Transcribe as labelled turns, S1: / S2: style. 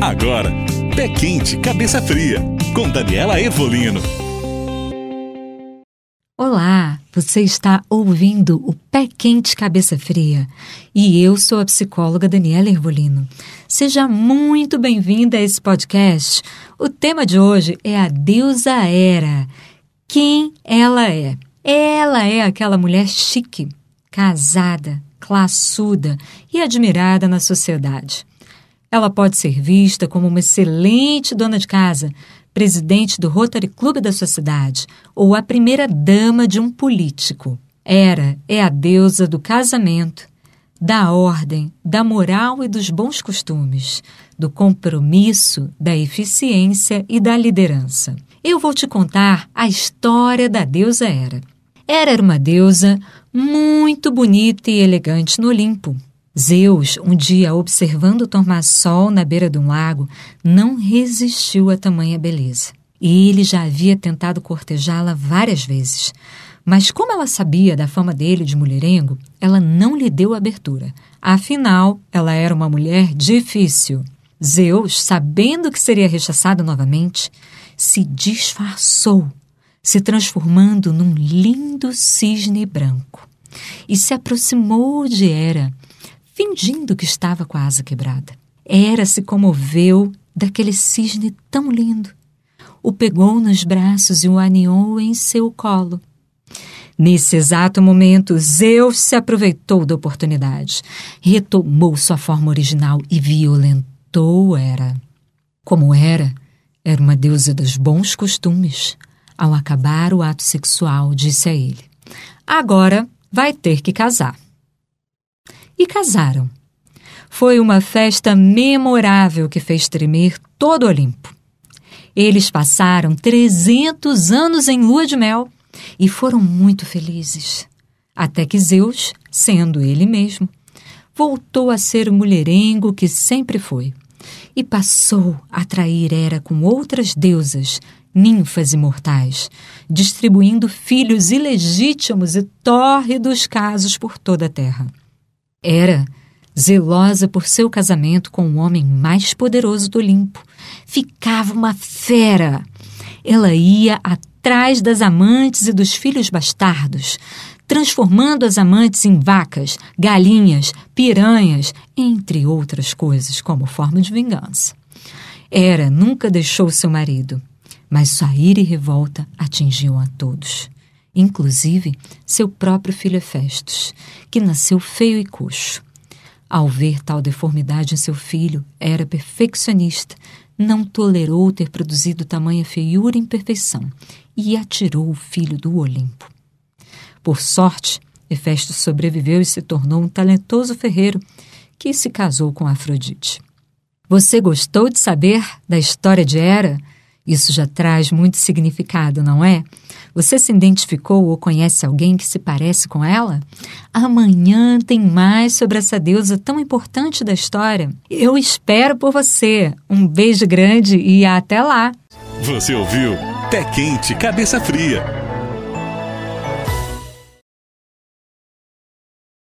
S1: Agora, Pé Quente, Cabeça Fria, com Daniela Ervolino.
S2: Olá, você está ouvindo o Pé Quente, Cabeça Fria e eu sou a psicóloga Daniela Ervolino. Seja muito bem-vinda a esse podcast. O tema de hoje é a deusa Hera. Quem ela é? Ela é aquela mulher chique, casada, classuda e admirada na sociedade. Ela pode ser vista como uma excelente dona de casa, presidente do Rotary Club da sua cidade ou a primeira dama de um político. Hera é a deusa do casamento, da ordem, da moral e dos bons costumes, do compromisso, da eficiência e da liderança. Eu vou te contar a história da deusa Hera. Hera era uma deusa muito bonita e elegante no Olimpo. Zeus, um dia observando tomar sol na beira de um lago, não resistiu a tamanha beleza. Ele já havia tentado cortejá-la várias vezes, mas como ela sabia da fama dele de mulherengo, ela não lhe deu abertura. Afinal, ela era uma mulher difícil. Zeus, sabendo que seria rechaçado novamente, se disfarçou, se transformando num lindo cisne branco, e se aproximou de Hera, fingindo que estava com a asa quebrada. Hera se comoveu daquele cisne tão lindo. O pegou nos braços e o aninhou em seu colo. Nesse exato momento, Zeus se aproveitou da oportunidade, retomou sua forma original e violentou Hera. Como Hera era uma deusa dos bons costumes, ao acabar o ato sexual, disse a ele: "Agora vai ter que casar." E casaram. Foi uma festa memorável que fez tremer todo o Olimpo. Eles passaram 300 anos em lua de mel e foram muito felizes. Até que Zeus, sendo ele mesmo, voltou a ser o mulherengo que sempre foi e passou a trair Hera com outras deusas, ninfas imortais, distribuindo filhos ilegítimos e tórridos casos por toda a terra. Hera, zelosa por seu casamento com o homem mais poderoso do Olimpo, ficava uma fera. Ela ia atrás das amantes e dos filhos bastardos, transformando as amantes em vacas, galinhas, piranhas, entre outras coisas, como forma de vingança. Hera nunca deixou seu marido, mas sua ira e revolta atingiam a todos, inclusive seu próprio filho Hefestos, que nasceu feio e coxo. Ao ver tal deformidade em seu filho, Hera, perfeccionista, não tolerou ter produzido tamanha feiura e imperfeição e atirou o filho do Olimpo. Por sorte, Hefestos sobreviveu e se tornou um talentoso ferreiro que se casou com Afrodite. Você gostou de saber da história de Hera? Isso já traz muito significado, não é? Você se identificou ou conhece alguém que se parece com ela? Amanhã tem mais sobre essa deusa tão importante da história. Eu espero por você. Um beijo grande e até lá!
S1: Você ouviu Pé Quente, Cabeça Fria,